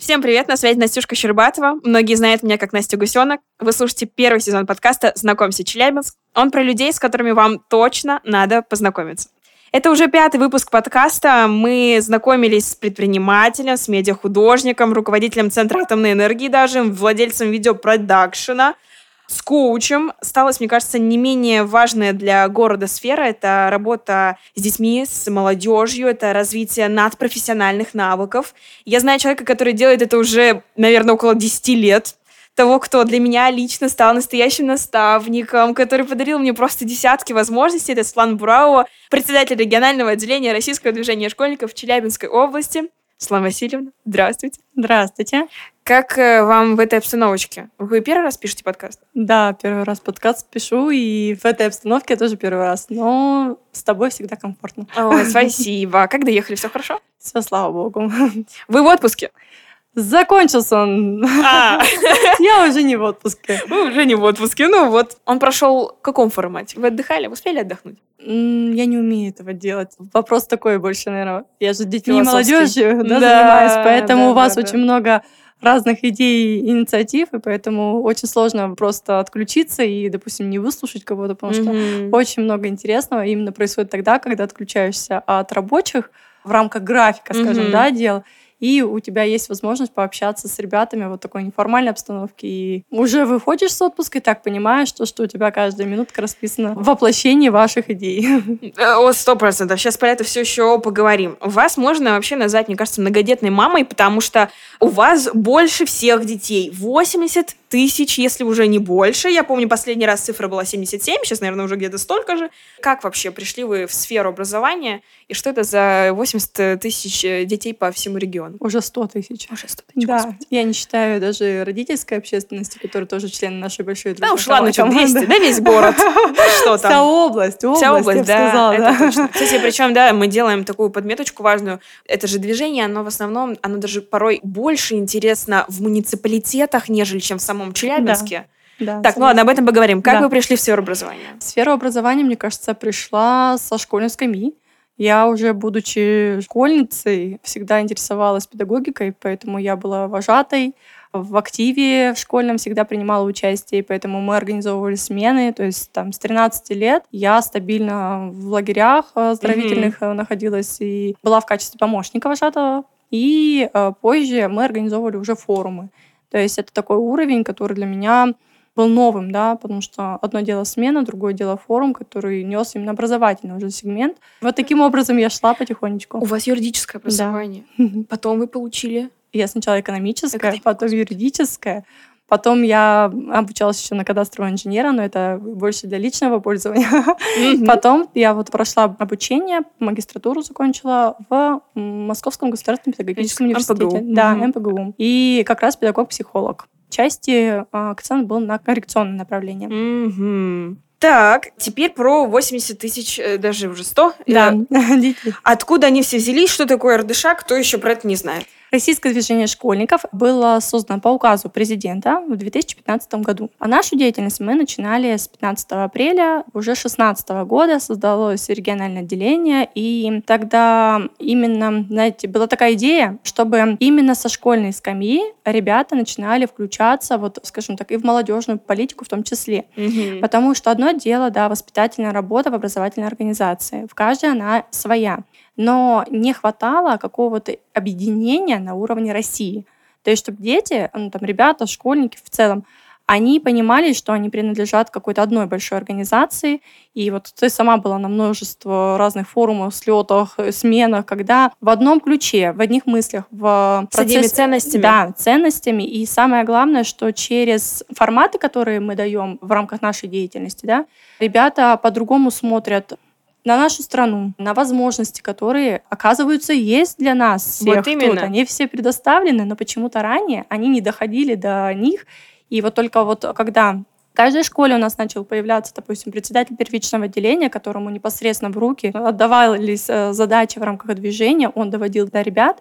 Всем привет, на связи Настюшка Щербатова. Многие знают меня как Настя Гусенок. Вы слушаете первый сезон подкаста «Знакомься, Челябинск». Он про людей, с которыми вам точно надо познакомиться. Это уже 5-й выпуск подкаста. Мы знакомились с предпринимателем, с медиахудожником, руководителем Центра атомной энергии даже, владельцем видеопродакшена, с коучем. Сталось, мне кажется, не менее важная для города сфера. Это работа с детьми, с молодежью, это развитие надпрофессиональных навыков. Я знаю человека, который делает это уже, наверное, около 10 лет. Того, кто для меня лично стал настоящим наставником, который подарил мне просто десятки возможностей. Это Светлана Бурауова, председатель регионального отделения Российского движения школьников в Челябинской области. Светлана Васильевна, здравствуйте. Здравствуйте. Как вам в этой обстановочке? Вы первый раз пишете подкаст? Да, первый раз подкаст пишу, и в этой обстановке я тоже первый раз, но с тобой всегда комфортно. Ой, спасибо. Как доехали? Все хорошо? Все, слава богу. Вы в отпуске? Закончился он. Я уже не в отпуске. Вы уже не в отпуске. Ну вот. Он прошел в каком формате? Вы отдыхали? Вы успели отдохнуть? Я не умею этого делать. Вопрос такой больше, наверное. Я же детьми и молодежью занимаюсь, поэтому у вас очень много разных идей и инициатив, и поэтому очень сложно просто отключиться и, допустим, не выслушать кого-то, потому что очень много интересного именно происходит тогда, когда отключаешься от рабочих в рамках графика, скажем, да, дел, и у тебя есть возможность пообщаться с ребятами в вот такой неформальной обстановке. И уже выходишь с отпуска и так понимаешь, что у тебя каждая минутка расписана в воплощении ваших идей. 100%. Сейчас про это все еще поговорим. Вас можно вообще назвать, мне кажется, многодетной мамой, потому что у вас больше всех детей. 80 тысяч, если уже не больше. Я помню, последний раз цифра была 77, сейчас, наверное, уже где-то столько же. Как вообще пришли вы в сферу образования? И что это за 80 тысяч детей по всему региону? Уже 100 тысяч. Уже 100 тысяч, да. Господи. Я не считаю даже родительской общественности, которая тоже члены нашей большой дружной команды. Да уж, ладно, что 200, да, весь город. Что там? Вся область, Вся область, я бы сказала, это точно. Кстати, причем, да, мы делаем такую подметочку важную. Это же движение, оно в основном, оно даже порой больше интересно в муниципалитетах, нежели чем в самом Челябинске. Да, так, ну ладно, об этом поговорим. Как вы пришли в сферу образования? В сферу образования, мне кажется, пришла со школьной скамьи. Я уже, будучи школьницей, всегда интересовалась педагогикой, поэтому я была вожатой. В активе в школьном всегда принимала участие, поэтому мы организовывали смены. То есть там с 13 лет я стабильно в лагерях оздоровительных находилась и была в качестве помощника вожатого. И позже мы организовывали уже форумы. То есть это такой уровень, который для меня был новым, да, потому что одно дело смена, другое дело форум, который нес именно образовательный уже сегмент. Вот таким образом я шла потихонечку. У вас юридическое образование. Да. Потом вы получили? Я сначала экономическое, потом юридическое. Потом я обучалась еще на кадастрового инженера, но это больше для личного пользования. Потом я вот прошла обучение, магистратуру закончила в Московском государственном педагогическом университете. Да, МПГУ. И как раз педагог-психолог. Части акцент был на коррекционное направление. Так, теперь про 80 тысяч, даже уже 100. Да, откуда они все взялись, что такое РДШ, кто еще про это не знает? Российское движение школьников было создано по указу президента в 2015 году. А нашу деятельность мы начинали с 15 апреля уже 2016 года. Создалось региональное отделение. И тогда именно, знаете, была такая идея, чтобы именно со школьной скамьи ребята начинали включаться, вот, скажем так, и в молодежную политику в том числе. Потому что одно дело, да, воспитательная работа в образовательной организации. В каждой она своя. Но не хватало какого-то объединения на уровне России. То есть, чтобы дети, ребята, школьники в целом, они понимали, что они принадлежат какой-то одной большой организации. И вот ты сама была на множество разных форумах, слетах, сменах, когда в одном ключе, в одних мыслях, в процессе... С этими ценностями. Да, ценностями. И самое главное, что через форматы, которые мы даем в рамках нашей деятельности, да, ребята по-другому смотрят на нашу страну, на возможности, которые, оказывается, есть для нас всех. Вот именно. Тут. Они все предоставлены, но почему-то ранее они не доходили до них. И вот только вот когда в каждой школе у нас начал появляться, допустим, председатель первичного отделения, которому непосредственно в руки отдавались задачи в рамках движения, он доводил до ребят.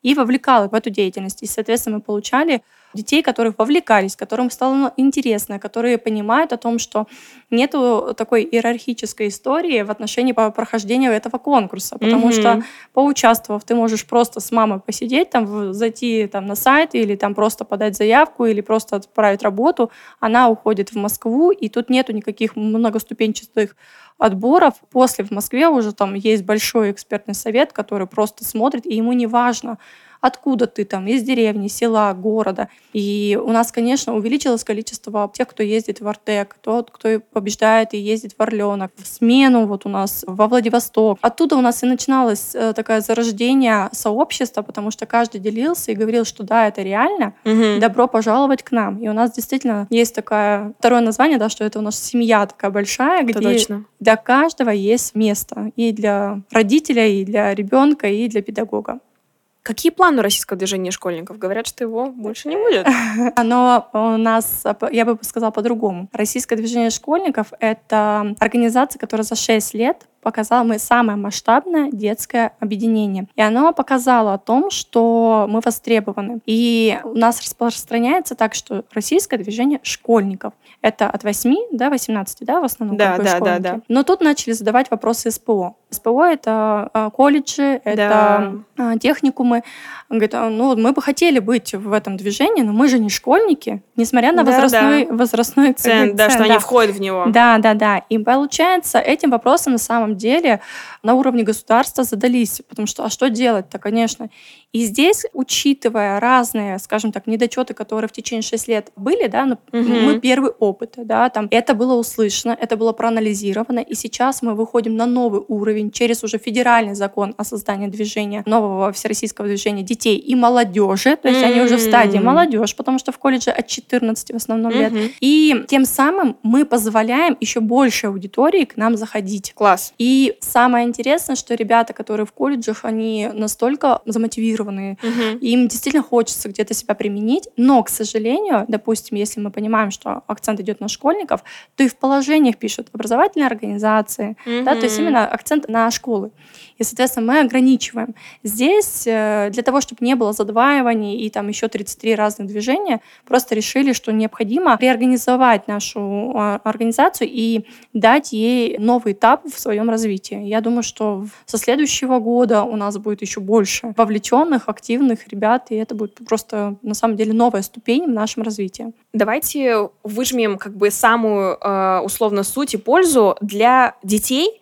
и вовлекал их в эту деятельность. И, соответственно, мы получали детей, которых вовлекались, которым стало интересно, которые понимают о том, что нету такой иерархической истории в отношении прохождения этого конкурса, потому что, поучаствовав, ты можешь просто с мамой посидеть, там, зайти там, на сайт или там просто подать заявку или просто отправить работу, она уходит в Москву, и тут нету никаких многоступенчатых отборов. После в Москве уже там есть большой экспертный совет, который просто смотрит, и ему не важно, откуда ты там, из деревни, села, города. И у нас, конечно, увеличилось количество тех, кто ездит в Артек, тот, кто побеждает и ездит в Орленок, в смену вот у нас во Владивосток. Оттуда у нас и начиналось такое зарождение сообщества, потому что каждый делился и говорил, что да, это реально, добро пожаловать к нам. И у нас действительно есть такое второе название, да, что это у нас семья такая большая, где для каждого есть место. И для родителя, и для ребенка, и для педагога. Какие планы у российского движения школьников? Говорят, что его больше не будет. Оно у нас, я бы сказала по-другому. Российское движение школьников — это организация, которая за 6 лет показала самое масштабное детское объединение. И оно показало о том, что мы востребованы. И у нас распространяется так, что российское движение школьников. Это от 8 до 18, да, в основном? Да. Но тут начали задавать вопросы СПО. СПО — это колледжи, это техникумы. Говорят, ну, мы бы хотели быть в этом движении, но мы же не школьники, несмотря на возрастной ценз, да, что они входят в него. Да. И получается, этим вопросом на самом деле на уровне государства задались, потому что, а что делать-то, конечно. И здесь, учитывая разные, скажем так, недочеты, которые в течение 6 лет были, да, мы первый опыт, да, там, это было услышано, это было проанализировано, и сейчас мы выходим на новый уровень через уже федеральный закон о создании движения, нового всероссийского движения детей и молодежи, то есть они уже в стадии молодежь, потому что в колледже от 14 в основном лет. И тем самым мы позволяем еще большей аудитории к нам заходить. Класс. И самое интересное, что ребята, которые в колледжах, они настолько замотивированы, им действительно хочется где-то себя применить, но, к сожалению, допустим, если мы понимаем, что акцент идет на школьников, то и в положениях пишут образовательные организации, да, то есть именно акцент на школы. И, соответственно, мы ограничиваем. Здесь для того, чтобы не было задваиваний и там еще 33 разных движения, просто решили, что необходимо реорганизовать нашу организацию и дать ей новый этап в своем развитии. Я думаю, что со следующего года у нас будет еще больше вовлеченных, активных ребят, и это будет просто, на самом деле, новая ступень в нашем развитии. Давайте выжмем как бы самую условно суть и пользу для детей,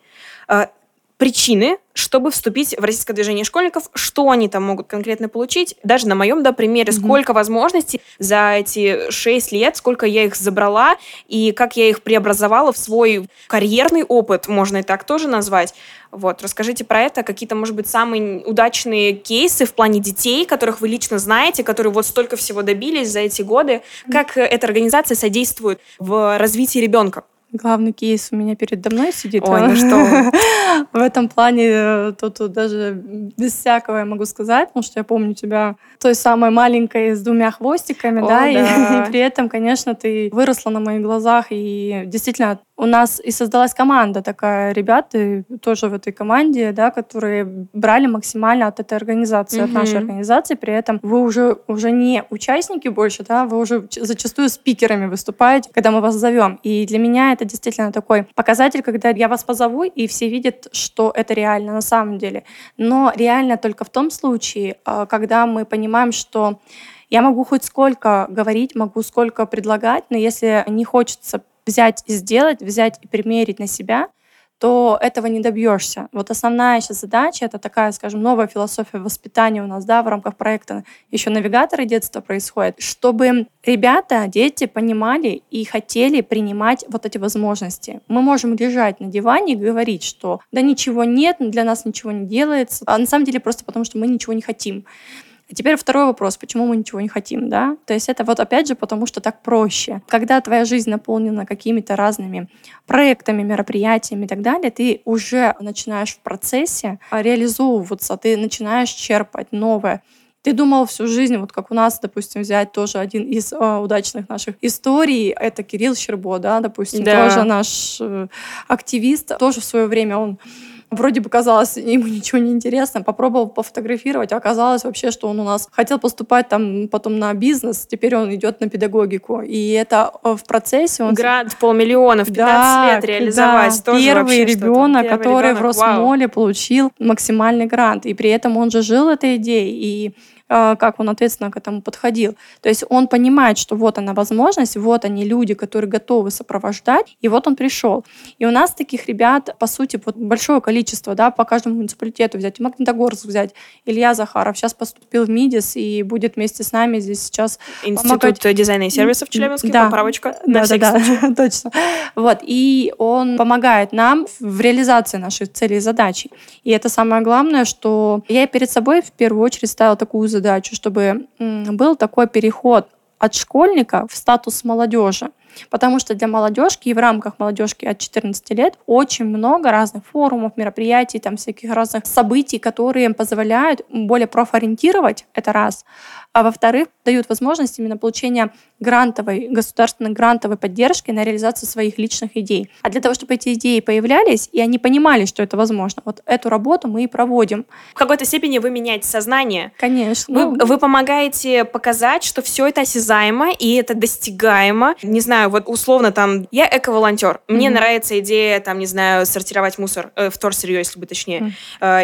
причины, чтобы вступить в российское движение школьников, что они там могут конкретно получить. Даже на моем примере, сколько возможностей за эти 6 лет, сколько я их забрала, и как я их преобразовала в свой карьерный опыт, можно и так тоже назвать. Вот, расскажите про это, какие-то, может быть, самые удачные кейсы в плане детей, которых вы лично знаете, которые вот столько всего добились за эти годы. Как эта организация содействует в развитии ребенка? Главный кейс у меня передо мной сидит. Ой, ну что в этом плане тут даже без всякого я могу сказать, потому что я помню тебя той самой маленькой с 2 хвостиками, да, и при этом, конечно, ты выросла на моих глазах, и действительно у нас и создалась команда такая, ребята тоже в этой команде, да, которые брали максимально от этой организации, от нашей организации, при этом вы уже не участники больше, да, вы уже зачастую спикерами выступаете, когда мы вас зовем, и для меня это действительно такой показатель, когда я вас позову, и все видят, что это реально на самом деле. Но реально только в том случае, когда мы понимаем, что я могу хоть сколько говорить, могу сколько предлагать, но если не хочется взять и сделать, взять и примерить на себя, то этого не добьешься. Вот основная сейчас задача — это такая, скажем, новая философия воспитания у нас, да, в рамках проекта еще «Навигаторы детства» происходит, чтобы ребята, дети понимали и хотели принимать вот эти возможности. Мы можем лежать на диване и говорить, что да ничего нет, для нас ничего не делается, а на самом деле просто потому, что мы ничего не хотим. А теперь второй вопрос, почему мы ничего не хотим, да? То есть это вот опять же потому, что так проще. Когда твоя жизнь наполнена какими-то разными проектами, мероприятиями и так далее, ты уже начинаешь в процессе реализовываться, ты начинаешь черпать новое. Ты думал всю жизнь, вот как у нас, допустим, взять тоже один из удачных наших историй, это Кирилл Щербо, да, допустим, тоже наш активист, тоже в свое время он вроде бы казалось, ему ничего не интересно, попробовал пофотографировать, а оказалось вообще, что он у нас хотел поступать там потом на бизнес, теперь он идет на педагогику. И это в процессе он... Грант 500 000 в 15 лет реализовать. Да, тоже первый ребенок, который ребенок, в Росмоле получил максимальный грант. И при этом он же жил этой идеей. И как он ответственно к этому подходил. То есть он понимает, что вот она возможность, вот они люди, которые готовы сопровождать, и вот он пришел. И у нас таких ребят, по сути, вот большое количество, да, по каждому муниципалитету взять, Магнитогорск взять, Илья Захаров сейчас поступил в МИДИС и будет вместе с нами здесь сейчас Институт помогать. дизайна и сервисов Челябинский, Да. поправочка. На всякий случай. Точно. Вот, и он помогает нам в реализации наших целей и задач. И это самое главное, что я перед собой в первую очередь ставила такую задачу, чтобы был такой переход от школьника в статус молодежи. Потому что для молодежки и в рамках молодежки от 14 лет очень много разных форумов, мероприятий, там всяких разных событий, которые позволяют более профориентировать, это раз. А во-вторых, дают возможность именно получения грантовой, государственной грантовой поддержки на реализацию своих личных идей. А для того, чтобы эти идеи появлялись, и они понимали, что это возможно, вот эту работу мы и проводим. В какой-то степени вы меняете сознание. Конечно. Вы помогаете показать, что все это осязаемо и это достигаемо. Не знаю, вот условно там, я эко-волонтер. Мне нравится идея, там, не знаю, сортировать мусор, вторсырье, если быть точнее.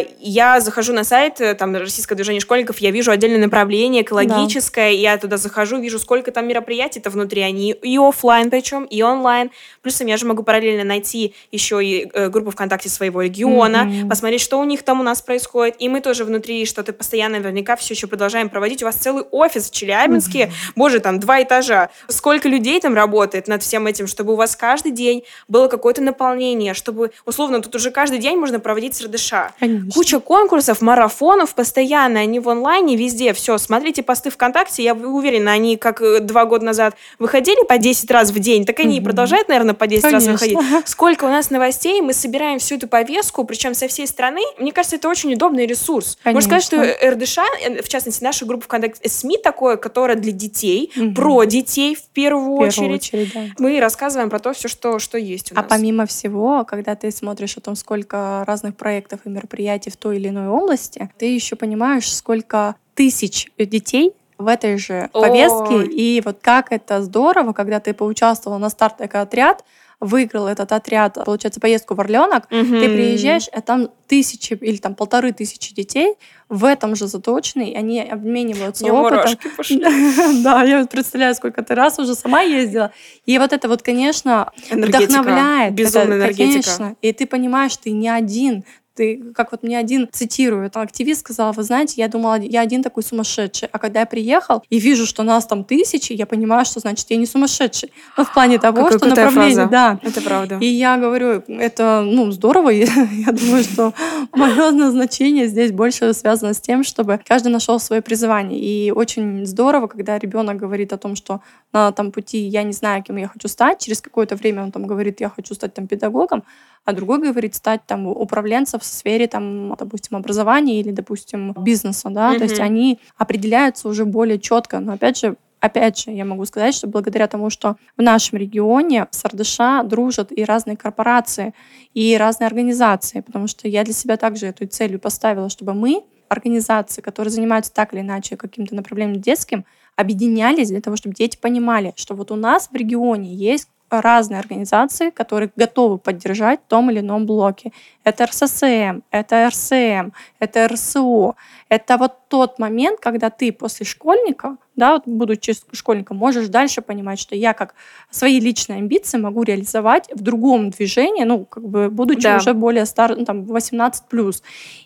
Я захожу на сайт, там, Российское движение школьников, я вижу отдельное направление, экологическое, я туда захожу, вижу, сколько там мероприятий-то внутри, они и офлайн причем, и онлайн. Плюс я же могу параллельно найти еще и группу ВКонтакте своего региона, посмотреть, что у них там у нас происходит. И мы тоже внутри что-то постоянно наверняка все еще продолжаем проводить. У вас целый офис в Челябинске, боже, там 2 этажа. Сколько людей там работает над всем этим, чтобы у вас каждый день было какое-то наполнение, чтобы, условно, тут уже каждый день можно проводить с РДШ. Конечно. Куча конкурсов, марафонов постоянно, они в онлайне, везде. Все, смотрите посты ВКонтакте, я уверена, они как 2 года назад выходили по 10 раз в день, так они и продолжают, наверное, по 10 раз выходить. Сколько у нас новостей, мы собираем всю эту повестку, причем со всей страны. Мне кажется, это очень удобный ресурс. Можно сказать, что РДШ, в частности, наша группа ВКонтакте, СМИ такое, которое для детей, про детей в первую очередь. Да. Мы рассказываем про то все, что есть у нас. А помимо всего, когда ты смотришь о том, сколько разных проектов и мероприятий в той или иной области, ты еще понимаешь, сколько тысяч детей в этой же повестке. И вот как это здорово, когда ты поучаствовала на старт «Эко-отряд», выиграл этот отряд, получается, поездку в Орленок, ты приезжаешь, а там 1000 или там 1500 детей в этом же заточены, и они обмениваются опытом. Мурашки пошли. Да, я вот представляю, сколько ты раз уже сама ездила. И вот это вот, конечно, вдохновляет. Безумная энергетика. Конечно. И ты понимаешь, ты не один. Ты, как вот мне один цитирует, активист сказал: вы знаете, я думала, я один такой сумасшедший, а когда я приехал и вижу, что нас там 1000, я понимаю, что значит я не сумасшедший. Но в плане того, что направление, фраза. Да, это правда. И я говорю, это, здорово. Я думаю, что мое назначение здесь больше связано с тем, чтобы каждый нашел свое призвание. И очень здорово, когда ребенок говорит о том, что на там пути я не знаю, кем я хочу стать. Через какое-то время он там говорит, я хочу стать там педагогом, а другой говорит стать там управленцем в сфере там, допустим, образования или, допустим, бизнеса, да. То есть они определяются уже более четко. Но опять же, я могу сказать, что благодаря тому, что в нашем регионе с РДШ дружат и разные корпорации, и разные организации, потому что я для себя также эту целью поставила, чтобы мы, организации, которые занимаются так или иначе каким-то направлением детским, объединялись для того, чтобы дети понимали, что вот у нас в регионе есть разные организации, которые готовы поддержать в том или ином блоке. Это РССМ, это РСМ, это РСО. Это вот тот момент, когда ты после школьника, да, вот будучи школьником, можешь дальше понимать, что я как свои личные амбиции могу реализовать в другом движении, будучи уже более старым, 18+.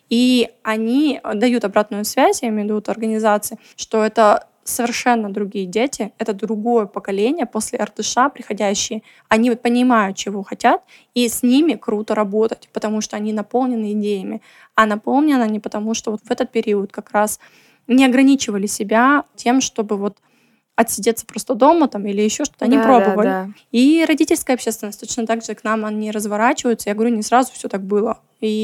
И они дают обратную связь, я имею в виду организации, что это совершенно другие дети, это другое поколение после РТШ приходящие. Они вот понимают, чего хотят, и с ними круто работать, потому что они наполнены идеями. А наполнены они потому, что вот в этот период как раз не ограничивали себя тем, чтобы вот отсидеться просто дома там, или еще что-то. Они пробовали. Да. И родительская общественность точно так же к нам они разворачиваются. Я говорю, не сразу все так было.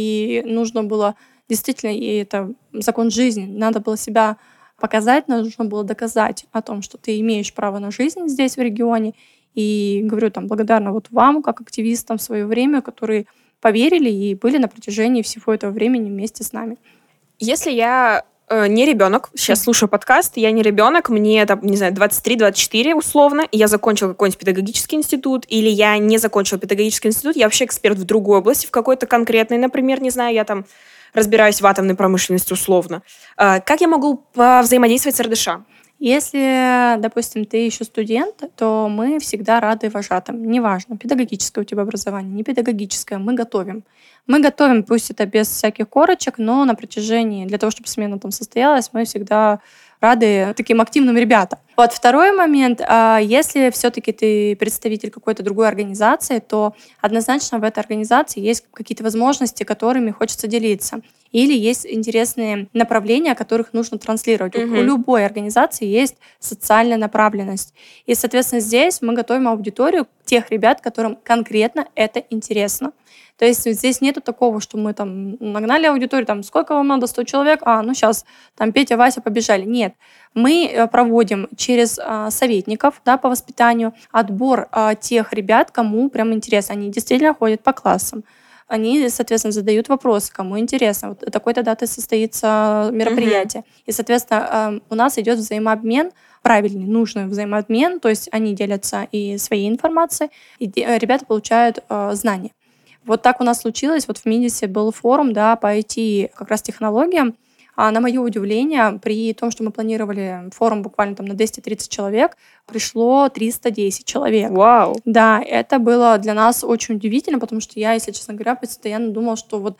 И нужно было действительно, и это закон жизни, надо было себя показать, нужно было доказать о том, что ты имеешь право на жизнь здесь, в регионе. И говорю, благодарна вот вам, как активистам в свое время, которые поверили и были на протяжении всего этого времени вместе с нами. Если я не ребенок, сейчас слушаю подкаст, я не ребенок, мне, там, не знаю, 23-24 условно, и я закончила какой-нибудь педагогический институт, или я не закончила педагогический институт, я вообще эксперт в другой области, в какой-то конкретной, например, не знаю, я там разбираюсь в атомной промышленности условно. Как я могу взаимодействовать с РДШ? Если, допустим, ты еще студент, то мы всегда рады вожатым. Неважно, педагогическое у тебя образование, не педагогическое, мы готовим. Мы готовим, пусть это без всяких корочек, но на протяжении, для того, чтобы смена там состоялась, мы всегда рады таким активным ребятам. Вот второй момент. Если все-таки ты представитель какой-то другой организации, то однозначно в этой организации есть какие-то возможности, которыми хочется делиться. Или есть интересные направления, которых нужно транслировать. У любой организации есть социальная направленность. И, соответственно, здесь мы готовим аудиторию тех ребят, которым конкретно это интересно. То есть здесь нету такого, что мы там нагнали аудиторию, там, сколько вам надо, 100 человек, сейчас там Петя, Вася побежали. Нет, мы проводим через советников, да, по воспитанию отбор тех ребят, кому прям интересно. Они действительно ходят по классам. Они, соответственно, задают вопросы, кому интересно. Вот такой-то даты состоится мероприятие. И, соответственно, у нас идет взаимообмен, правильный, нужный взаимообмен, то есть они делятся и своей информацией, и ребята получают знания. Вот так у нас случилось. Вот в МИДИСе был форум, да, по IT как раз технологиям. А на мое удивление, при том, что мы планировали форум буквально там на 230 человек, пришло 310 человек. Вау! Да, это было для нас очень удивительно, потому что я, если честно говоря, постоянно думала, что вот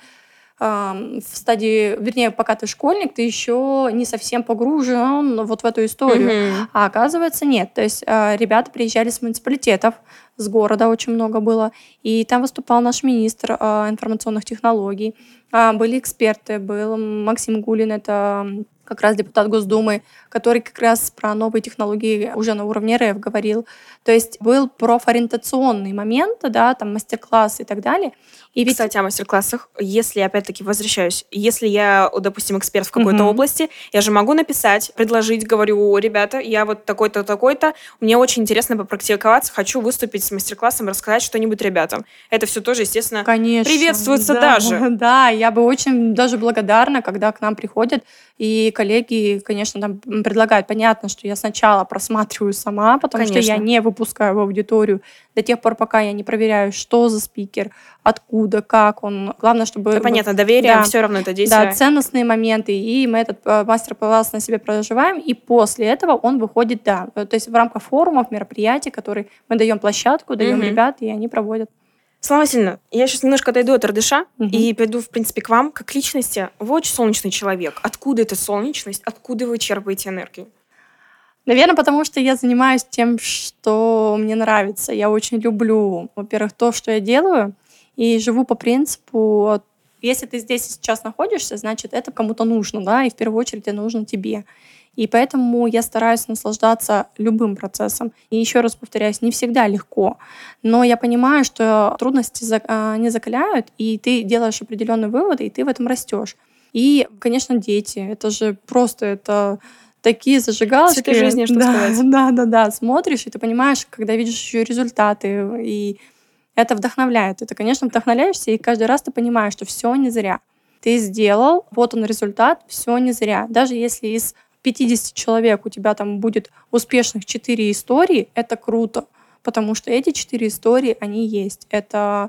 в стадии, вернее, пока ты школьник, ты еще не совсем погружен вот в эту историю. А оказывается, нет. То есть ребята приезжали с муниципалитетов, с города очень много было, и там выступал наш министр информационных технологий, были эксперты, был Максим Гулин, это как раз депутат Госдумы, который как раз про новые технологии уже на уровне РФ говорил. То есть был профориентационный момент, да, там мастер-классы и так далее. И ведь... Кстати, о мастер-классах, если, опять-таки, возвращаюсь, если я, допустим, эксперт в какой-то области, я же могу написать, предложить, говорю, ребята, я вот такой-то, такой-то, мне очень интересно попрактиковаться, хочу выступить с мастер-классом, рассказать что-нибудь ребятам. Это все тоже, естественно, конечно, приветствуется да, даже. Да, я бы очень даже благодарна, когда к нам приходят, и коллеги, конечно, там предлагают. Понятно, что я сначала просматриваю сама, потому что я не выпускаю в аудиторию до тех пор, пока я не проверяю, что за спикер, откуда, как он. Главное, чтобы... Да, понятно, доверие, все равно это действие. Да, ценностные моменты, и мы этот мастер-класс на себе проживаем, и после этого он выходит, да, то есть в рамках форумов, мероприятий, которые мы даем площадку, даем ребят, и они проводят. Слава Васильевна, я сейчас немножко отойду от РДШ и пойду, в принципе, к вам, как к личности. Вы очень солнечный человек. Откуда эта солнечность? Откуда вы черпаете энергию? Наверное, потому что я занимаюсь тем, что мне нравится. Я очень люблю, во-первых, то, что я делаю, и живу по принципу, если ты здесь сейчас находишься, значит, это кому-то нужно, да, и в первую очередь это нужно тебе. И поэтому я стараюсь наслаждаться любым процессом. И еще раз повторяюсь, не всегда легко. Но я понимаю, что трудности не закаляют, и ты делаешь определенные выводы, и ты в этом растешь. И, конечно, дети. Это же просто это такие зажигалочки. Цветы жизни, что сказать. Да. Смотришь, и ты понимаешь, когда видишь еще результаты, и это вдохновляет. Это, конечно, вдохновляешься, и каждый раз ты понимаешь, что все не зря. Ты сделал, вот он результат, все не зря. Даже если из 50 человек у тебя там будет успешных 4 истории, это круто, потому что эти 4 истории, они есть. Это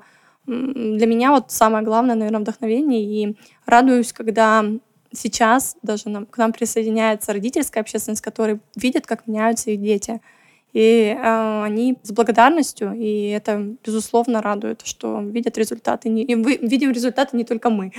для меня вот самое главное, наверное, вдохновение. И радуюсь, когда сейчас даже к нам присоединяется родительская общественность, которые видят, как меняются их дети. И они с благодарностью, и это, безусловно, радует, что видят результаты. И видим результаты не только мы.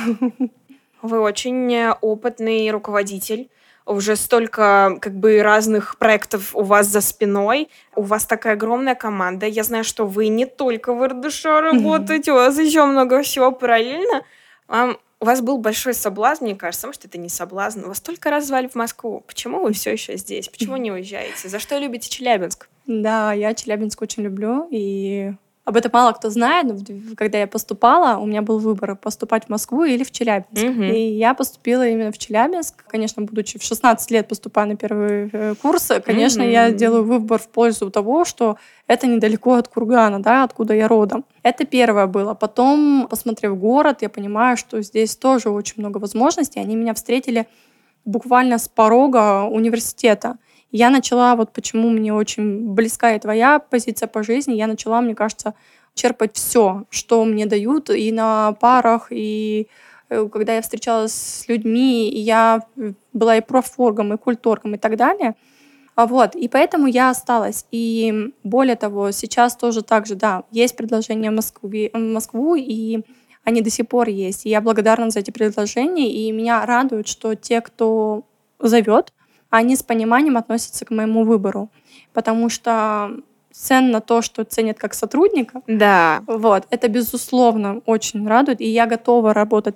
Вы очень опытный руководитель. Уже столько разных проектов у вас за спиной. У вас такая огромная команда. Я знаю, что вы не только в РДШ работаете, у вас еще много всего параллельно. У вас был большой соблазн, мне кажется, может, это не соблазн. Вас только раз звали в Москву. Почему вы все еще здесь? Почему не уезжаете? За что любите Челябинск? Да, я Челябинск очень люблю и об этом мало кто знает, но когда я поступала, у меня был выбор поступать в Москву или в Челябинск. И я поступила именно в Челябинск. Конечно, будучи в 16 лет поступая на первый курс, конечно, я делаю выбор в пользу того, что это недалеко от Кургана, да, откуда я родом. Это первое было. Потом, посмотрев город, я понимаю, что здесь тоже очень много возможностей. Они меня встретили буквально с порога университета. Я начала, вот почему мне очень близка и твоя позиция по жизни, я начала, мне кажется, черпать все, что мне дают и на парах, и когда я встречалась с людьми, и я была и профоргом, и культоргом, и так далее. Вот, и поэтому я осталась. И более того, сейчас тоже так же, да, есть предложения в Москву, и они до сих пор есть. И я благодарна за эти предложения, и меня радует, что те, кто зовет, они с пониманием относятся к моему выбору. Потому что ценно то, что ценят как сотрудника. Да. Вот, это, безусловно, очень радует. И я готова работать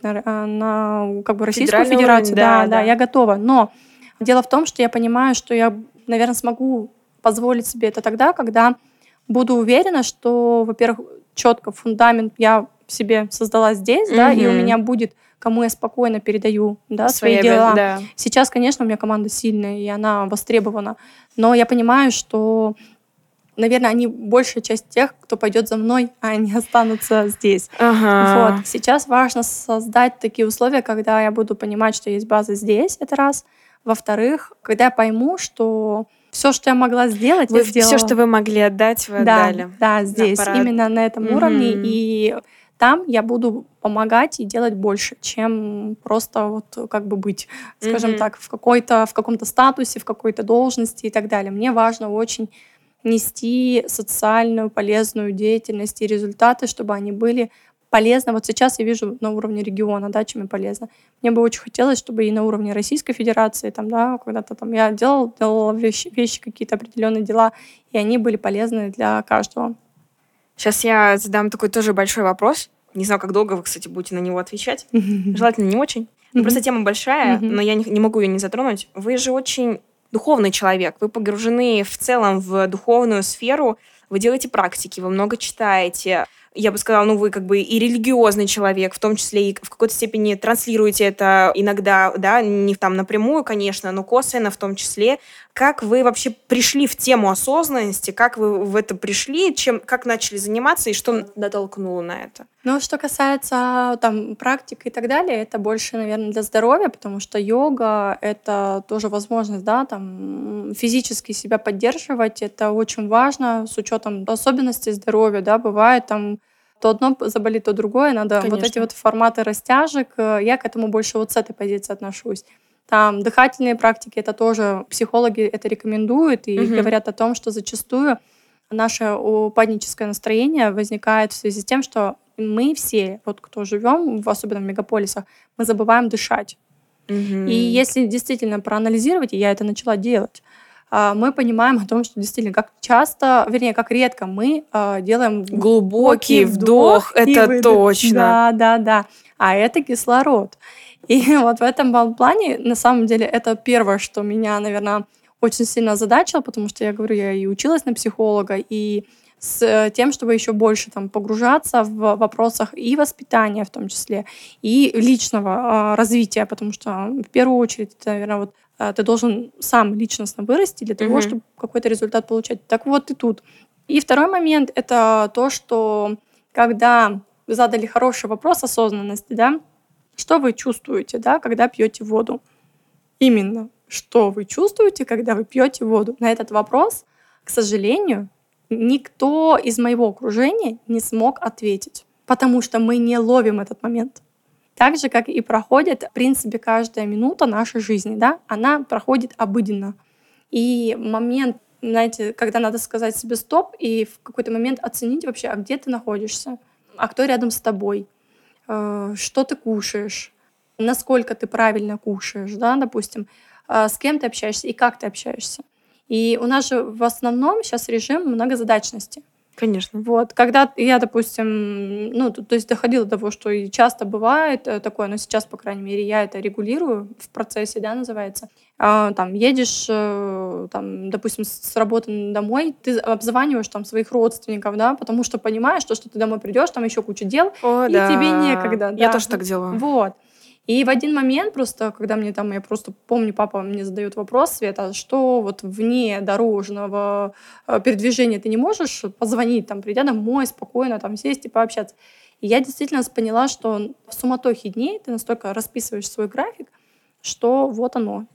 на как бы Российскую Федерацию. Да, я готова. Но дело в том, что я понимаю, что я, наверное, смогу позволить себе это тогда, когда буду уверена, что, во-первых, четко фундамент я в себе создала здесь, да, и у меня будет, кому я спокойно передаю, да, свои дела. Да. Сейчас, конечно, у меня команда сильная, и она востребована, но я понимаю, что, наверное, они большая часть тех, кто пойдет за мной, а они останутся здесь. Вот. Сейчас важно создать такие условия, когда я буду понимать, что есть база здесь, это раз. Во-вторых, когда я пойму, что все, что я могла сделать, я сделала. Все, что вы могли отдать, вы отдали. Да, здесь, именно на этом уровне. И там я буду помогать и делать больше, чем просто вот как бы быть, скажем так, в каком-то статусе, в какой-то должности и так далее. Мне важно очень нести социальную полезную деятельность и результаты, чтобы они были полезны. Вот сейчас я вижу на уровне региона, да, чем я полезна. Мне бы очень хотелось, чтобы и на уровне Российской Федерации, там, да, когда-то там я делала вещи, какие-то определенные дела, и они были полезны для каждого. Сейчас я задам такой тоже большой вопрос. Не знаю, как долго вы, кстати, будете на него отвечать. Желательно не очень. Просто тема большая, но я не могу ее не затронуть. Вы же очень духовный человек. Вы погружены в целом в духовную сферу. Вы делаете практики, вы много читаете. Я бы сказала, вы как бы и религиозный человек, в том числе и в какой-то степени транслируете это иногда, да, не там напрямую, конечно, но косвенно в том числе. Как вы вообще пришли в тему осознанности? Как вы в это пришли? Как начали заниматься и что натолкнуло на это? Ну, что касается там практик и так далее, это больше, наверное, для здоровья, потому что йога — это тоже возможность, да, там физически себя поддерживать. Это очень важно с учетом особенностей здоровья, да, бывает там то одно заболит, то другое, надо. Конечно. Вот эти вот форматы растяжек, я к этому больше вот с этой позиции отношусь. Там дыхательные практики, это тоже психологи это рекомендуют и говорят о том, что зачастую наше упадническое настроение возникает в связи с тем, что мы все, вот кто живем, особенно в мегаполисах, мы забываем дышать. И если действительно проанализировать, и я это начала делать, мы понимаем о том, что действительно как часто, вернее, как редко мы делаем глубокий вдох, это выдох. Точно. Да. А это кислород. И вот в этом плане, на самом деле, это первое, что меня, наверное, очень сильно озадачило, потому что, я говорю, я и училась на психолога, и с тем, чтобы еще больше там погружаться в вопросах и воспитания в том числе, и личного развития, потому что в первую очередь, это, наверное, вот ты должен сам личностно вырасти для того, чтобы какой-то результат получать. Так вот и тут. И второй момент — это то, что когда вы задали хороший вопрос осознанности, да, что вы чувствуете, да, когда пьете воду? Именно, что вы чувствуете, когда вы пьете воду? На этот вопрос, к сожалению, никто из моего окружения не смог ответить, потому что мы не ловим этот момент. Так же, как и проходит, в принципе, каждая минута нашей жизни, да, она проходит обыденно. И момент, знаете, когда надо сказать себе стоп и в какой-то момент оценить вообще, а где ты находишься, а кто рядом с тобой, что ты кушаешь, насколько ты правильно кушаешь, да, допустим, с кем ты общаешься и как ты общаешься. И у нас же в основном сейчас режим многозадачности. Конечно. Вот, когда я, допустим, то есть доходило до того, что и часто бывает такое, но сейчас, по крайней мере, я это регулирую в процессе, да, называется. Там едешь, там, допустим, с работы домой, ты обзваниваешь там своих родственников, да, потому что понимаешь, что ты домой придешь, там еще куча дел, О, и да. тебе некогда. Я да. тоже так делаю. Вот. И в один момент просто, когда мне там, я просто помню, папа мне задает вопрос, Света, что вот вне дорожного передвижения ты не можешь позвонить, там, придя домой, спокойно там сесть и пообщаться. И я действительно поняла, что в суматохе дней ты настолько расписываешь свой график, что вот оно.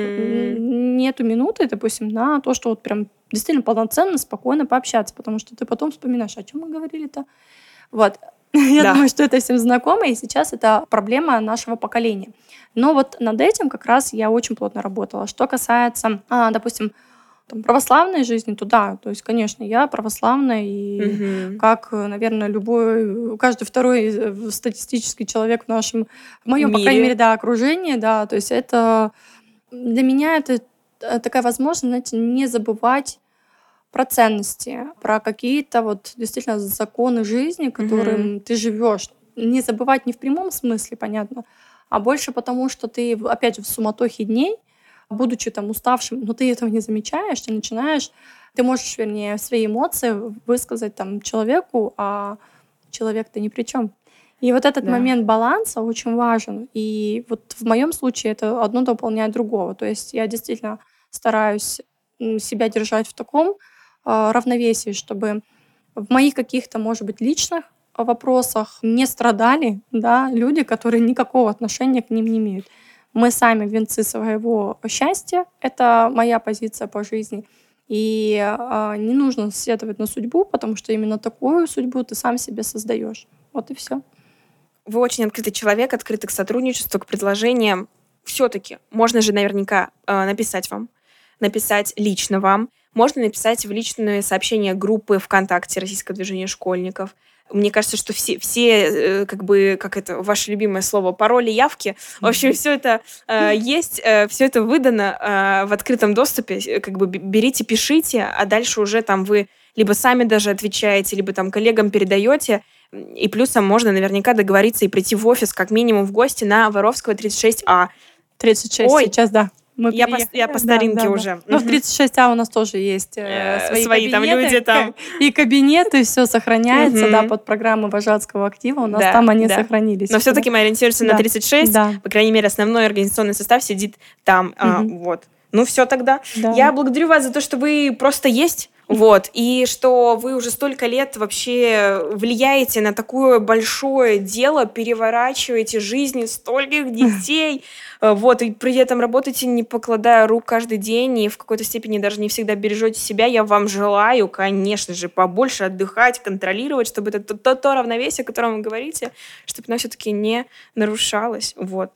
Нету минуты, допустим, на то, что вот прям действительно полноценно, спокойно пообщаться, потому что ты потом вспоминаешь, о чем мы говорили-то. Вот. Я думаю, что это всем знакомо, и сейчас это проблема нашего поколения. Но вот над этим как раз я очень плотно работала. Что касается, допустим, там, православной жизни, то да, то есть, конечно, я православная, и как, наверное, каждый второй статистический человек в моем, по крайней мере, да, окружении, да, то есть это для меня это такая возможность, знаете, не забывать про ценности, про какие-то вот действительно законы жизни, которым ты живешь. Не забывать не в прямом смысле, понятно, а больше потому, что ты, опять же, в суматохе дней, будучи там уставшим, но ты этого не замечаешь, ты можешь, вернее, свои эмоции высказать там человеку, а человек-то ни при чем. И вот этот момент баланса очень важен. И вот в моем случае это одно дополняет другого. То есть я действительно стараюсь себя держать в таком равновесии, чтобы в моих каких-то, может быть, личных вопросах не страдали, да, люди, которые никакого отношения к ним не имеют. Мы сами венцы своего счастья. Это моя позиция по жизни. И не нужно сетовать на судьбу, потому что именно такую судьбу ты сам себе создаешь. Вот и все. Вы очень открытый человек, открытый к сотрудничеству, к предложениям. Все-таки можно же наверняка написать вам, написать лично вам. Можно написать в личные сообщения группы ВКонтакте Российского движения школьников. Мне кажется, что все как бы, как это ваше любимое слово, пароли, явки, в общем, все это есть, все это выдано в открытом доступе. Как бы берите, пишите, а дальше уже там вы либо сами даже отвечаете, либо там коллегам передаете. И плюсом можно наверняка договориться и прийти в офис как минимум в гости на Воровского 36А. 36 сейчас, да. Я по старинке уже. Ну, в 36А у нас тоже есть свои там люди там. И кабинеты, все сохраняется, да, под программу вожатского актива. У нас там они сохранились. Но все-таки мы ориентируемся на 36. По крайней мере, основной организационный состав сидит там. Вот. Ну, все тогда. Я благодарю вас за то, что вы просто есть. Вот, и что вы уже столько лет вообще влияете на такое большое дело, переворачиваете жизни стольких детей, вот, и при этом работаете, не покладая рук каждый день, и в какой-то степени даже не всегда бережете себя. Я вам желаю, конечно же, побольше отдыхать, контролировать, чтобы это то равновесие, о котором вы говорите, чтобы оно все-таки не нарушалось, вот.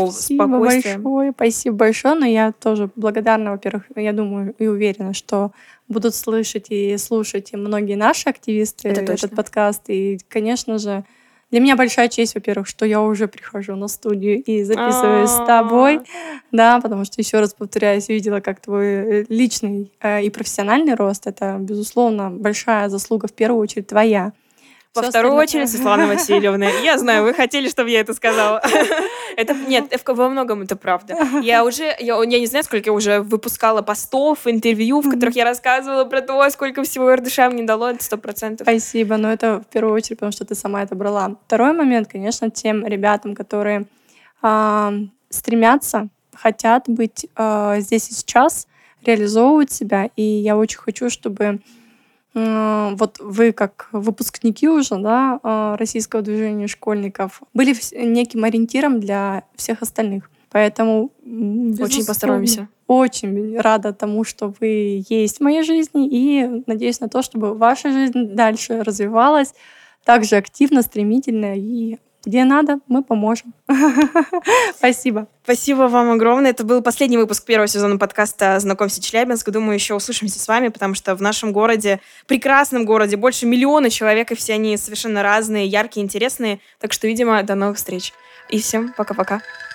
Спасибо большое, но я тоже благодарна, во-первых, я думаю и уверена, что будут слышать и слушать и многие наши активисты этот подкаст, и, конечно же, для меня большая честь, во-первых, что я уже прихожу на студию и записываюсь с тобой, да, потому что, еще раз повторяюсь, видела, как твой личный и профессиональный рост, это, безусловно, большая заслуга, в первую очередь, твоя. Во вторую очередь, Светлана Васильевна. Я знаю, вы хотели, чтобы я это сказала. Нет, во многом это правда. Я не знаю, сколько я уже выпускала постов, интервью, в которых я рассказывала про то, сколько всего РДШ мне дало, это 100%. Спасибо, но это в первую очередь, потому что ты сама это брала. Второй момент, конечно, тем ребятам, которые стремятся, хотят быть здесь и сейчас, реализовывать себя, и я очень хочу, чтобы вот вы, как выпускники уже, да, Российского движения школьников, были неким ориентиром для всех остальных. Поэтому очень постараемся. Очень рада тому, что вы есть в моей жизни, и надеюсь на то, чтобы ваша жизнь дальше развивалась так же активно, стремительно, и где надо, мы поможем. Спасибо. Спасибо вам огромное. Это был последний выпуск первого сезона подкаста «Знакомься, Челябинск». Думаю, еще услышимся с вами, потому что в нашем городе, прекрасном городе, больше 1 миллиона человек, и все они совершенно разные, яркие, интересные. Так что, видимо, до новых встреч. И всем пока-пока.